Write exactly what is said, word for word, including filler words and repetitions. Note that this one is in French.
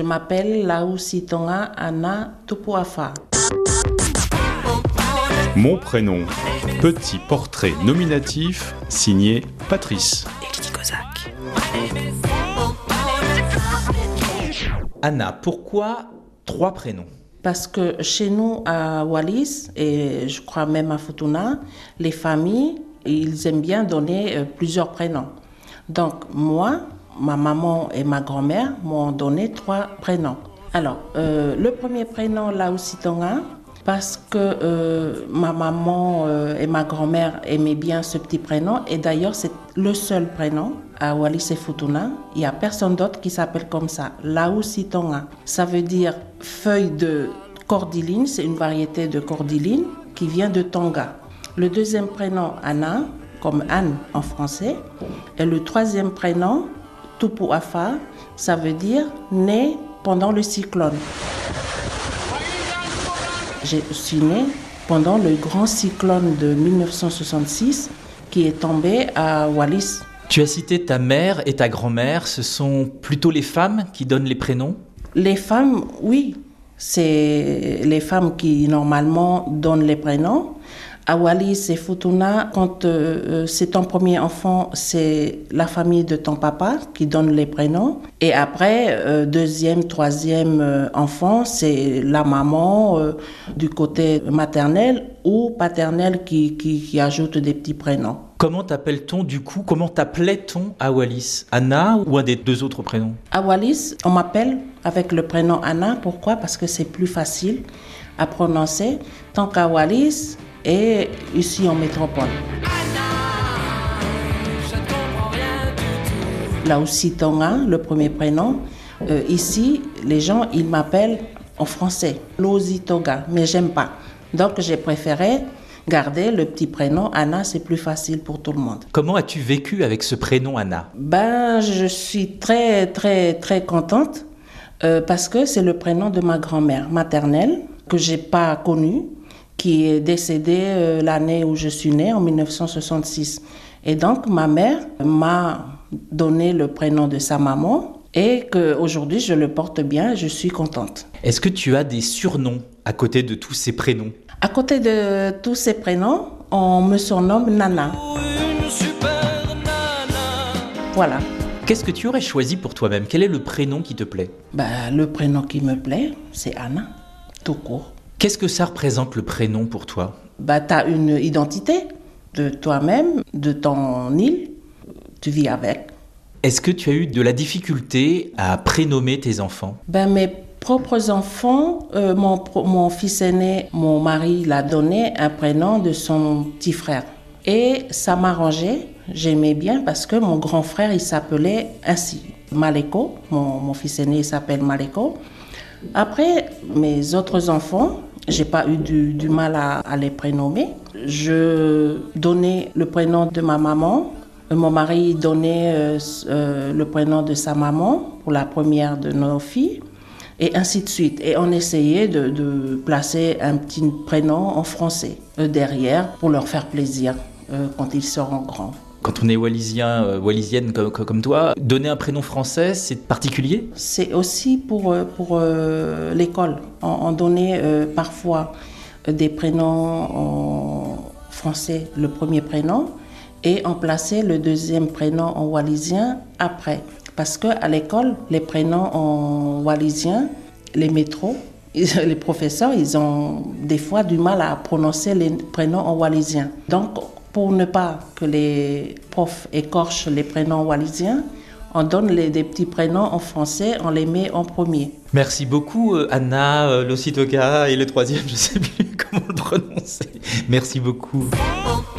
Je m'appelle Laousitonga Anna Tupuafa. Mon prénom, petit portrait nominatif signé Patrice. Anna, pourquoi trois prénoms ? Parce que chez nous, à Wallis, et je crois même à Futuna, les familles, ils aiment bien donner euh, plusieurs prénoms. Donc, moi, ma maman et ma grand-mère m'ont donné trois prénoms. Alors, euh, le premier prénom, Laousitonga, parce que euh, ma maman euh, et ma grand-mère aimaient bien ce petit prénom. Et d'ailleurs, c'est le seul prénom à Wallis et Futuna. Il n'y a personne d'autre qui s'appelle comme ça. Laousitonga. Ça veut dire feuille de cordyline. C'est une variété de cordyline qui vient de Tonga. Le deuxième prénom, Anna, comme Anne en français. Et le troisième prénom, Tupuafa, ça veut dire né pendant le cyclone. Je suis née pendant le grand cyclone de dix-neuf cent soixante-six qui est tombé à Wallis. Tu as cité ta mère et ta grand-mère, ce sont plutôt les femmes qui donnent les prénoms ? Les femmes, oui, c'est les femmes qui normalement donnent les prénoms. À Wallis et Futuna, quand euh, c'est ton premier enfant, c'est la famille de ton papa qui donne les prénoms. Et après, euh, deuxième, troisième euh, enfant, c'est la maman euh, du côté maternel ou paternel qui, qui, qui ajoute des petits prénoms. Comment t'appelle-t-on du coup ? Comment t'appelait-on à Wallis ? Anna ou un des deux autres prénoms ? À Wallis, on m'appelle avec le prénom Anna. Pourquoi ? Parce que c'est plus facile à prononcer. Tant qu'à Wallis, et ici en métropole. Laousitonga, le premier prénom. Euh, ici, les gens, ils m'appellent en français, Laousitonga, mais j'aime pas. Donc, j'ai préféré garder le petit prénom Anna, c'est plus facile pour tout le monde. Comment as-tu vécu avec ce prénom Anna ? Ben, je suis très, très, très contente euh, parce que c'est le prénom de ma grand-mère maternelle que j'ai pas connue, qui est décédée euh, l'année où je suis née, en dix-neuf cent soixante-six. Et donc, ma mère m'a donné le prénom de sa maman et qu'aujourd'hui, je le porte bien, je suis contente. Est-ce que tu as des surnoms à côté de tous ces prénoms ? À côté de tous ces prénoms, on me surnomme Nana. Voilà. Qu'est-ce que tu aurais choisi pour toi-même ? Quel est le prénom qui te plaît ? Ben, le prénom qui me plaît, c'est Anna, tout court. Qu'est-ce que ça représente le prénom pour toi ? Bah, tu as une identité de toi-même, de ton île, tu vis avec. Est-ce que tu as eu de la difficulté à prénommer tes enfants ? Ben, mes propres enfants, euh, mon, mon fils aîné, mon mari l'a donné un prénom de son petit frère. Et ça m'arrangeait, j'aimais bien parce que mon grand frère, il s'appelait ainsi, Maleko. Mon, mon fils aîné il s'appelle Maleko. Après, mes autres enfants, j'ai pas eu du, du mal à, à les prénommer. Je donnais le prénom de ma maman. Mon mari donnait euh, euh, le prénom de sa maman pour la première de nos filles. Et ainsi de suite. Et on essayait de, de placer un petit prénom en français euh, derrière pour leur faire plaisir euh, quand ils seront grands. Quand on est wallisien, euh, wallisienne comme, comme toi, donner un prénom français, c'est particulier ? C'est aussi pour, pour euh, l'école. On, on donnait euh, parfois des prénoms en français, le premier prénom, et on plaçait le deuxième prénom en wallisien après. Parce qu'à l'école, les prénoms en wallisien, les métros, les professeurs, ils ont des fois du mal à prononcer les prénoms en wallisien. Donc, pour ne pas que les profs écorchent les prénoms wallisiens, on donne les, des petits prénoms en français, on les met en premier. Merci beaucoup Anna, euh, Laousitonga et le troisième, je ne sais plus comment le prononcer. Merci beaucoup.